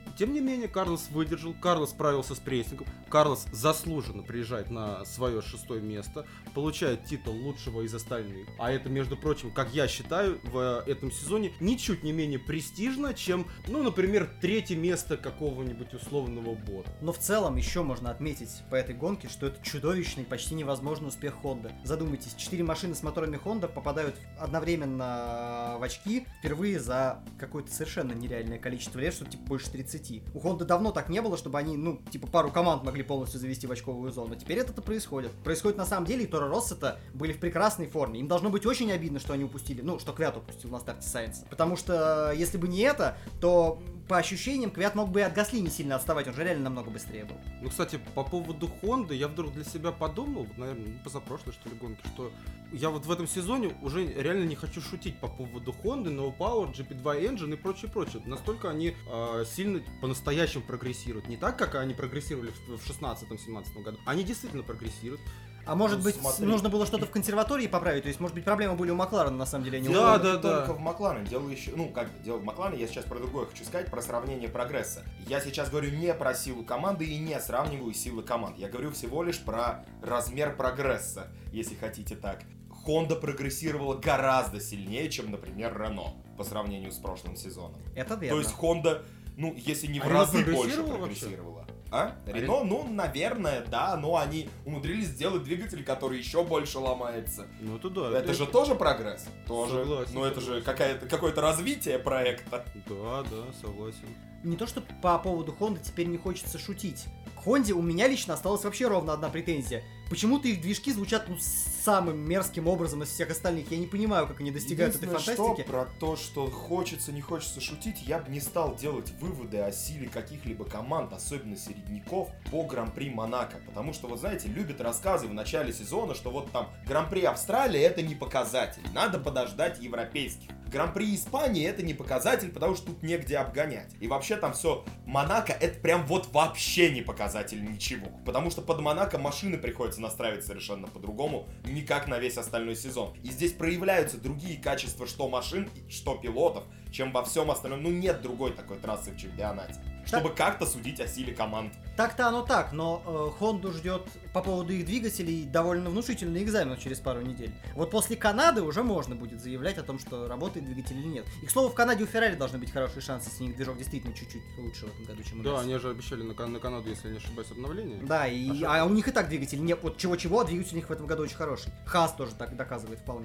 Тем не менее, Карлос выдержал, Карлос справился с прессингом, Карлос заслуженно приезжает на свое шестое место, получает титул лучшего из остальных. А это, между прочим, как я считаю, в этом сезоне ничуть не менее престижно, чем, ну, например, третье место какого-нибудь условного бота. Но в целом еще можно отметить по этой гонке, что это чудовищный, почти невозможный успех Honda. Задумайтесь, четыре машины с моторами Honda попадают одновременно в очки впервые за какое-то совершенно нереальное количество лет, что типа больше тридцати. У Honda давно так не было, чтобы они, ну, типа пару команд могли полностью завести в очковую зону. Теперь это-то происходит. Происходит на самом деле, и Торо Россо-то были в прекрасной форме. Им должно быть очень обидно, что они упустили, ну, что Квят упустил на старте Сайнса. Потому что, если бы не это, то по ощущениям, Квят мог бы и от Гасли не сильно отставать, он же реально намного быстрее был. Ну, кстати, по поводу Хонды, я вдруг для себя подумал, вот, наверное, позапрошлой, что ли, гонки, что я вот в этом сезоне уже реально не хочу шутить по поводу Хонды, No Power, джи пи два Engine и прочее, прочее. Настолько они э, сильно по-настоящему прогрессируют. Не так, как они прогрессировали в шестнадцатом-семнадцатом году. Они действительно прогрессируют. А может Ну, быть, смотри. нужно было что-то в консерватории поправить? То есть, может быть, проблемы были у Макларена, на самом деле, а не у Да, Honda? да, Не да. только в Макларен, дело еще, ну, как дело в Макларен, я сейчас про другое хочу сказать, про сравнение прогресса. Я сейчас говорю не про силу команды и не сравниваю силы команд. Я говорю всего лишь про размер прогресса, если хотите так. Honda прогрессировала гораздо сильнее, чем, например, Renault по сравнению с прошлым сезоном. Это верно. То есть Honda, ну, если не в А Renault разы больше прогрессировала прогрессировала. А? А Рено, ну, наверное, да, но они умудрились сделать двигатель, который еще больше ломается. Ну, это да. Это же тоже прогресс? Тоже. Согласен, Ну, это же согласен. какая-то, какое-то развитие проекта. Да, да, согласен. Не то, что по поводу Honda теперь не хочется шутить. К Honda у меня лично осталась вообще ровно одна претензия. Почему-то их движки звучат, ну, самым мерзким образом из всех остальных. Я не понимаю, как они достигают этой Единственное, фантастики. что про то, что хочется, не хочется шутить, я бы не стал делать выводы о силе каких-либо команд, особенно середняков, по Гран-при Монако. Потому что, вот знаете, любят рассказы в начале сезона, что вот там Гран-при Австралии это не показатель, надо подождать европейских. Гран-при Испании это не показатель, потому что тут негде обгонять. И вообще там все, Монако это прям вот вообще не показатель ничего. Потому что под Монако машины приходится настраивать совершенно по-другому, не как на весь остальной сезон. И здесь проявляются другие качества что машин, что пилотов, чем во всем остальном. Ну нет другой такой трассы в чемпионате, чтобы как-то судить о силе команд. Так-то оно так, но э, Honda ждет по поводу их двигателей довольно внушительный экзамен через пару недель. Вот после Канады уже можно будет заявлять о том, что работает двигатель или нет. И, к слову, в Канаде у Феррари должны быть хорошие шансы, если у них движок действительно чуть-чуть лучше в этом году, чем у Да, нас. они же обещали на, на Канаду, если я не ошибаюсь, обновление. Да, и, А а, у них и так двигатель не вот чего-чего, а двигатель у них в этом году очень хороший. Хас тоже так доказывает вполне.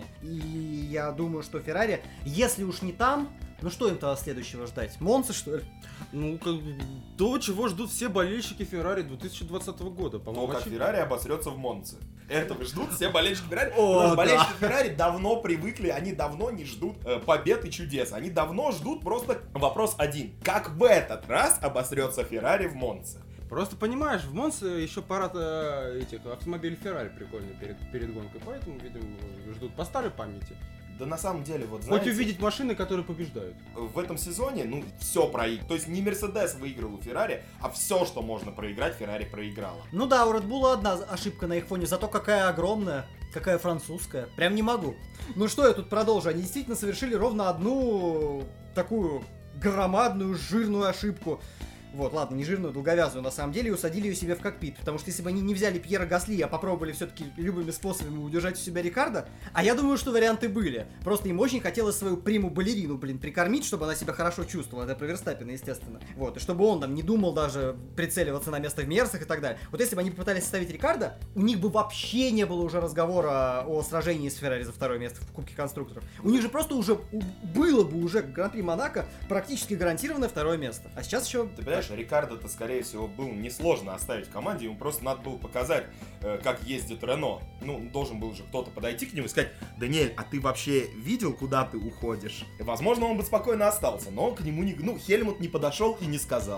И я думаю, что Феррари, если уж не там, ну что им тогда следующего ждать? Монца, что ли? Ну, как бы, то, чего ждут все болельщики Феррари две тысячи двадцатого года, То, по-моему. как очевидно. Феррари обосрется в Монце. Этого ждут все болельщики Феррари. О, Потому что да. болельщики Феррари давно привыкли, они давно не ждут э, побед и чудес. Они давно ждут просто вопрос один. Как в этот раз обосрется Феррари в Монце? Просто понимаешь, в Монце еще парад э, этих автомобилей Феррари прикольный перед, перед гонкой, поэтому, видимо, ждут по старой памяти. Да на самом деле, вот Хоть знаете, увидеть машины, которые побеждают. в этом сезоне, ну, все проиграл. То есть не Мерседес выиграл у Феррари, а все, что можно проиграть, Феррари проиграла. Ну да, у Red Bull одна ошибка на их фоне, зато какая огромная, какая французская. Прям не могу. Ну что я тут продолжу? Они действительно совершили ровно одну такую громадную, жирную ошибку. Вот, ладно, не жирную, долговязую на самом деле, и усадили ее себе в кокпит. Потому что если бы они не взяли Пьера Гасли, а попробовали все-таки любыми способами удержать у себя Рикардо, а я думаю, что варианты были. Просто им очень хотелось свою приму-балерину, блин, прикормить, чтобы она себя хорошо чувствовала. Это про Верстаппена, естественно. Вот, и чтобы он там не думал даже прицеливаться на место в Мерсах и так далее. Вот если бы они попытались составить Рикардо, у них бы вообще не было уже разговора о сражении с Феррари за второе место в Кубке конструкторов. У них же просто уже у- было бы уже Гран-при Монако практически гарантированное второе место. А сейчас еще... Ты понимаешь, Рикардо-то, скорее всего, было несложно оставить в команде, ему просто надо было показать, э, как ездит Рено. Ну, должен был же кто-то подойти к нему и сказать: «Даниэль, а ты вообще видел, куда ты уходишь?» И, возможно, он бы спокойно остался, но к нему не... Ну, Хельмут не подошел и не сказал. А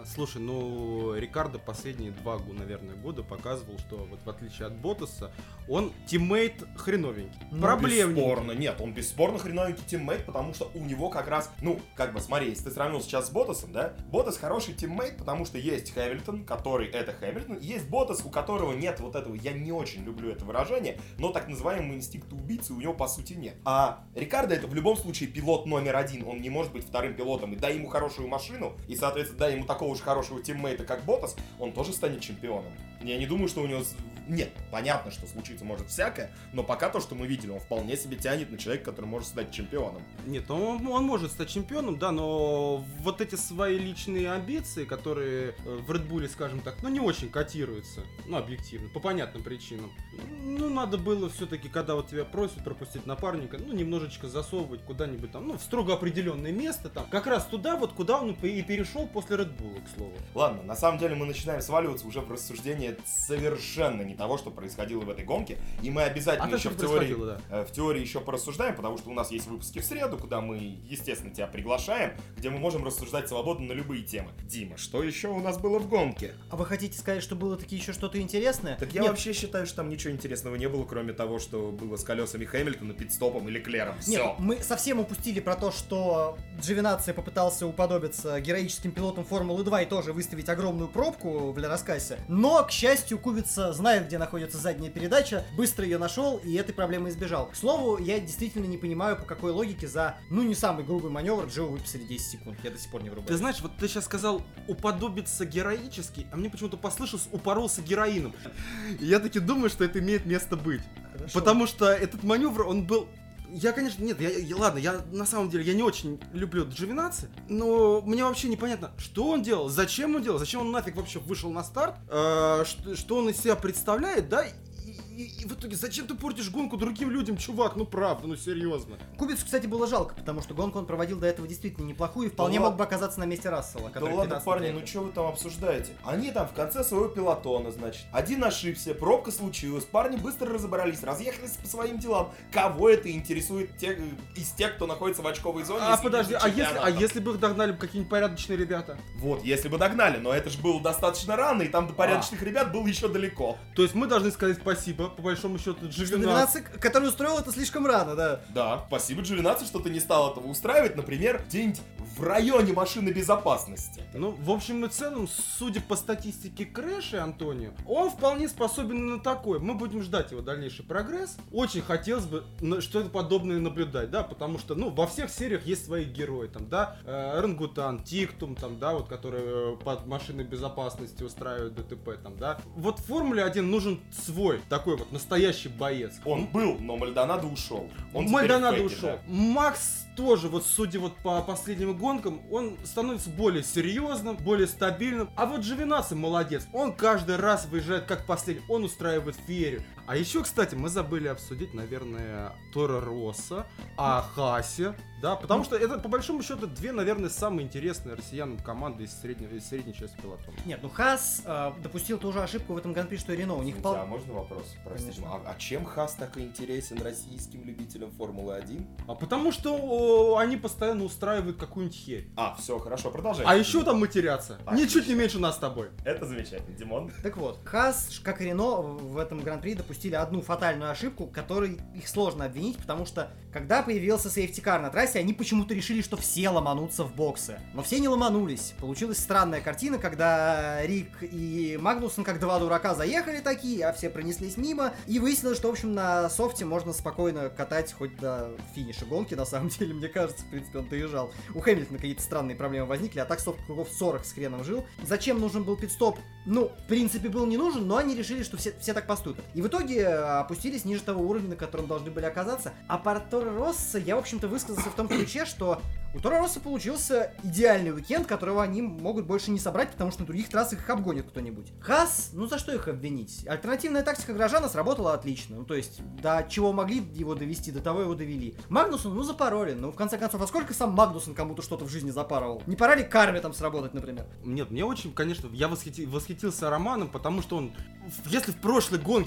Слушай, ну, Рикардо последние два, наверное, года показывал, что вот в отличие от Ботаса, он тиммейт хреновенький. Ну, Проблемненький. Бесспорно, нет, он бесспорно хреновенький тиммейт, потому что у него как раз, ну, как бы, смотри, если ты сравнил сейчас с Ботасом, да, Ботас хороший тиммейт, потому что есть Хэмилтон, который это Хэмилтон, есть Ботас, у которого нет вот этого, я не очень люблю это выражение, но так называемого инстинкта убийцы у него по сути нет. А Рикардо это в любом случае пилот номер один, он не может быть вторым пилотом, и дай ему хорошую машину, и, соответственно, дай ему такого же хорошего тиммейта, как Ботас, он тоже станет чемпионом. Я не думаю, что у него... Нет, понятно, что случится может всякое, но пока то, что мы видели, он вполне себе тянет на человека, который может стать чемпионом. Нет, он, он может стать чемпионом, да, но вот эти свои личные амбиции, которые в Red Bull, скажем так, ну не очень котируются, ну объективно, по понятным причинам. Ну надо было все-таки, когда вот тебя просят пропустить напарника, ну немножечко засовывать куда-нибудь там, ну в строго определенное место там, как раз туда вот, куда он и перешел после Red Bull, к слову. Ладно, на самом деле мы начинаем сваливаться уже в рассуждение совершенно не того, что происходило в этой гонке, и мы обязательно а еще в теории, да. в теории еще порассуждаем, потому что у нас есть выпуски в среду, куда мы, естественно, тебя приглашаем, где мы можем рассуждать свободно на любые темы. Дима, что еще у нас было в гонке? А вы хотите сказать, что было таки еще что-то интересное? Так я Нет. вообще считаю, что там ничего интересного не было, кроме того, что было с колесами Хэмилтона, пит-стопом и Леклером. Все. Нет, мы совсем упустили про то, что Джовинаци попытался уподобиться героическим пилотам Формулы два и тоже выставить огромную пробку в Ля-Раскасе. Но, к счастью, Кубица знает, где находится задняя передача, быстро ее нашел и этой проблемы избежал. К слову, я действительно не понимаю, по какой логике за, ну, не самый грубый маневр Джо выписали десять секунд. Я до сих пор не врубаюсь. Ты знаешь, вот ты сейчас сказал уподобиться героически, а мне почему-то послышалось упоролся героином. И я таки думаю, что это имеет место быть. Хорошо. Потому что этот маневр, он был... Я, конечно, нет, я, я, ладно, я на самом деле, я не очень люблю Джовинаци, но мне вообще непонятно, что он делал, зачем он делал, зачем он нафиг вообще вышел на старт, э, что, что он из себя представляет, да, и, и в итоге, зачем ты портишь гонку другим людям, чувак, ну правда, ну серьезно. Кубицу, кстати, было жалко, потому что гонку он проводил до этого действительно неплохую и вполне да мог ладно. бы оказаться на месте Рассела. Да ладно, парни, ну что вы там обсуждаете? Они там в конце своего пелотона, значит, один ошибся, пробка случилась, парни быстро разобрались, разъехались по своим делам. Кого это интересует тех, из тех, кто находится в очковой зоне? А подожди, а если, а если бы их догнали какие-нибудь порядочные ребята? Вот, если бы догнали, но это же было достаточно рано, и там до порядочных а. ребят было еще далеко. То есть мы должны сказать спасибо, по большому счету, Джовинаци, который устроил это слишком рано, да. Да, спасибо Джовинаци, что ты не стал этого устраивать, например, где-нибудь в районе машины безопасности. Ну, в общем и целом, судя по статистике Крэша Антонио, он вполне способен на такое. Мы будем ждать его дальнейший прогресс. Очень хотелось бы что-то подобное наблюдать, да, потому что, ну, во всех сериях есть свои герои, там, да, э, Рангутан, Тиктум, там, да, вот, которые под машиной безопасности устраивают ДТП, там, да. Вот в Формуле один нужен свой, такой вот настоящий боец. Он был, но Мальдонадо ушел. Он Мальдонадо ушел. Да. Макс тоже, вот судя вот по последним гонкам, он становится более серьезным, более стабильным. А вот Джовинаци молодец. Он каждый раз выезжает как последний. Он устраивает феерию. А еще, кстати, мы забыли обсудить, наверное, Торо Росса, о Хасе. Да, потому что это, по большому счету, две, наверное, самые интересные россиянам команды из средней, из средней части пелотона. Нет, ну Хас э, допустил ту же ошибку в этом гран-при, что и Рено. У них пол... А можно вопрос? Простите, а, а чем Хас так интересен российским любителям Формулы один? А потому что о, они постоянно устраивают какую-нибудь херь. А, все, хорошо, продолжай. А еще там матерятся. А, ничуть не меньше нас с тобой. Это замечательно, Димон. Так вот, Хас, как и Рено, в этом гран-при допустили одну фатальную ошибку, которой их сложно обвинить, потому что, когда появился сейфтикар на трассе, они почему-то решили, что все ломанутся в боксы. Но все не ломанулись. Получилась странная картина, когда Рик и Магнусон, как два дурака, заехали такие, а все пронеслись мимо. И выяснилось, что, в общем, на софте можно спокойно катать хоть до финиша гонки, на самом деле, мне кажется, в принципе, он доезжал. У Хэмилтона какие-то странные проблемы возникли, а так софт кругов сорок с хреном жил. Зачем нужен был пит-стоп? Ну, в принципе, был не нужен, но они решили, что все, все так поступят. И в итоге опустились ниже того уровня, на котором должны были оказаться. А про Торо Росса я, в общем-то, высказался в том ключе, что у Торо Росса получился идеальный уикенд, которого они могут больше не собрать, потому что на других трассах их обгонит кто-нибудь. Хас, ну за что их обвинить? Альтернативная тактика Грожана сработала отлично. Ну то есть, до чего могли его довести, до того его довели. Магнусон, ну запороли. Ну в конце концов, а сколько сам Магнусон кому-то что-то в жизни запарывал? Не пора ли карме там сработать, например? Нет, мне очень, конечно, я восхити... восхитился Романом, потому что он, если в прошлой гонке он не, ви...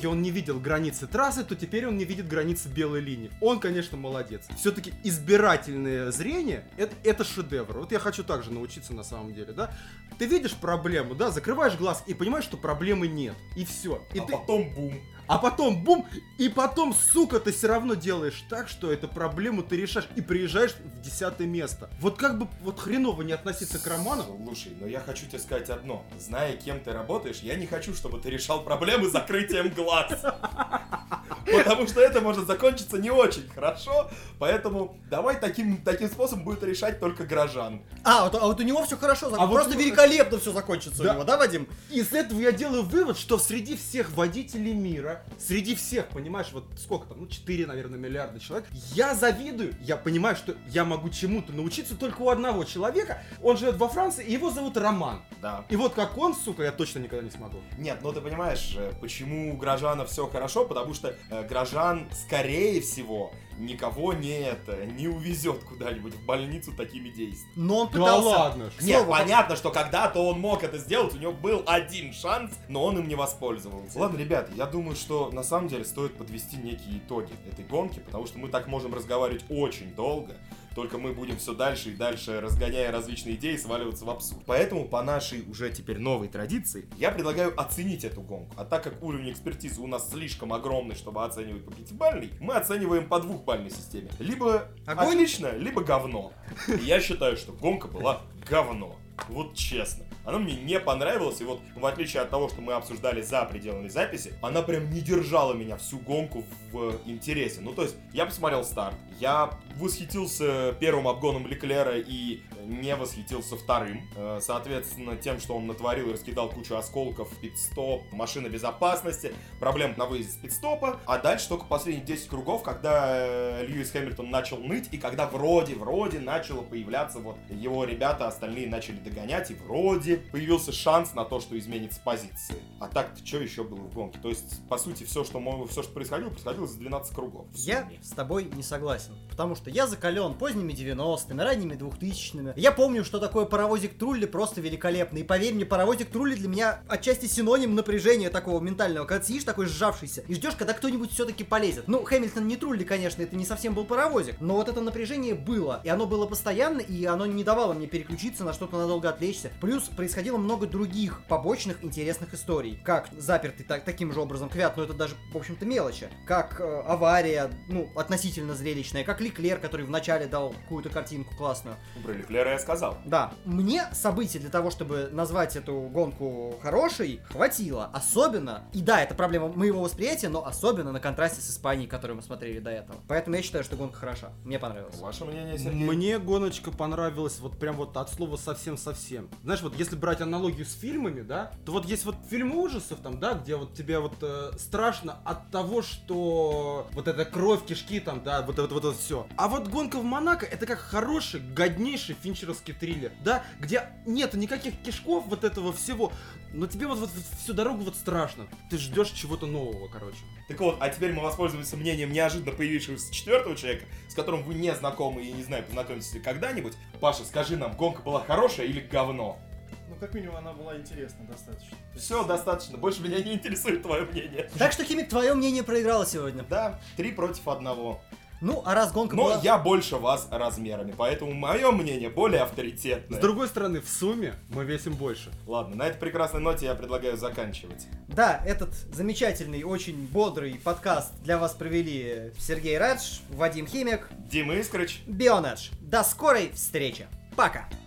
видел границы трассы, то теперь он не видит границы белой линии. Он, конечно, молодец. Все-таки избирательное зрение это, это шедевр. Вот я хочу также научиться на самом деле, да. Ты видишь проблему, да, закрываешь глаз и понимаешь, что проблемы нет. И все. И а ты... потом бум. А потом бум, и потом, сука, ты все равно делаешь так, что эту проблему ты решаешь и приезжаешь в десятое место. Вот как бы вот хреново не относиться к роману. Слушай, но я хочу тебе сказать одно. Зная, кем ты работаешь, я не хочу, чтобы ты решал проблемы закрытием глаз. Потому что это может закончиться не очень хорошо. Поэтому давай таким, таким способом будет решать только горожан. А, вот, а вот у него все хорошо, А просто вот- великолепно все закончится Да. у него, да, Вадим? Из этого я делаю вывод, что среди всех водителей мира, среди всех, понимаешь, вот сколько там, ну четыре, наверное, миллиарда человек, я завидую, я понимаю, что я могу чему-то научиться только у одного человека. Он живет во Франции, и его зовут Роман. Да. И вот как он, сука, я точно никогда не смогу. Нет, ну ты понимаешь, э, почему у горожана все хорошо, потому что э, горожан, скорее всего, никого не это, не увезет куда-нибудь в больницу такими действиями. Но он Да пытался. ладно. К Нет, слову, понятно, что когда-то он мог это сделать, у него был один шанс, но он им не воспользовался. Ладно, ребята, я думаю, что на самом деле стоит подвести некие итоги этой гонки, потому что мы так можем разговаривать очень долго. Только мы будем все дальше и дальше, разгоняя различные идеи, сваливаться в абсурд. Поэтому по нашей уже теперь новой традиции я предлагаю оценить эту гонку. А так как уровень экспертизы у нас слишком огромный, чтобы оценивать по пятибалльной, мы оцениваем по двухбалльной системе. Либо Огонь. отлично, либо говно. И я считаю, что гонка была говно. Вот честно. Она мне не понравилась, и вот в отличие от того, что мы обсуждали за пределами записи, она прям не держала меня всю гонку в интересе. Ну, то есть, я посмотрел старт, я восхитился первым обгоном Леклера и не восхитился вторым. Э, Соответственно, тем, что он натворил и раскидал кучу осколков, пит-стоп, машина безопасности, проблем на выезде с пит-стопа. А дальше только последние десять кругов, когда э, Льюис Хэмилтон начал ныть, и когда вроде-вроде начало появляться вот его ребята, остальные начали догонять, и вроде появился шанс на то, что изменится позиция. А так-то что еще было в гонке? То есть, по сути, все, что, мо- все, что происходило, происходило за двенадцать кругов. в Я сумме. с тобой не согласен, потому что я закален поздними девяностыми, ранними двухтысячными. Я помню, что такое паровозик Трулли просто великолепно. И поверь мне, паровозик Трулли для меня отчасти синоним напряжения такого ментального. Когда ты сидишь такой сжавшийся и ждешь, когда кто-нибудь все-таки полезет. Ну, Хэмилтон не Трулли, конечно, это не совсем был паровозик, но вот это напряжение было. И оно было постоянно, и оно не давало мне переключиться на что-то надолго отвлечься. Плюс происходило много других побочных интересных историй. Как запертый так, таким же образом Квят, но это даже, в общем-то, мелочи. Как э, авария, ну, относительно зрелищная. Как Леклер, который вначале дал какую-то картинку классную. Про Леклера я сказал. Да, мне событий для того, чтобы назвать эту гонку хорошей, хватило. Особенно, и да, это проблема моего восприятия, но особенно на контрасте с Испанией, которую мы смотрели до этого. Поэтому я считаю, что гонка хороша. Мне понравилось. Ваше мнение, Сергей? Мне гоночка понравилась вот прям вот от слова совсем-совсем. Знаешь, вот если брать аналогию с фильмами, да, то вот есть вот фильмы ужасов там, да, где вот тебе вот э, страшно от того, что вот эта кровь, кишки там, да, вот это вот, вот, все. А вот гонка в Монако это как хороший, годнейший финчеровский триллер, да, где нет никаких кишков вот этого всего, но тебе вот, вот, вот всю дорогу вот страшно. Ты ждешь чего-то нового, короче. Так вот, а теперь мы воспользуемся мнением неожиданно появившегося четвертого человека, с которым вы не знакомы и не знаю, познакомитесь ли когда-нибудь. Паша, скажи нам, гонка была хорошая или говно? Ну, как минимум, она была интересна достаточно. То есть, Все, достаточно, больше меня не интересует твое мнение. Так что, Химик, твое мнение проиграло сегодня. Да, три против одного. Ну, а раз гонка Но была... я больше вас размерами, поэтому мое мнение более С авторитетное. другой стороны, в сумме мы весим больше. Ладно, на этой прекрасной ноте я предлагаю заканчивать. Да, этот замечательный, очень бодрый подкаст для вас провели Сергей Радж, Вадим Химик, Дима Искрыч. Бионедж. До скорой встречи. Пока.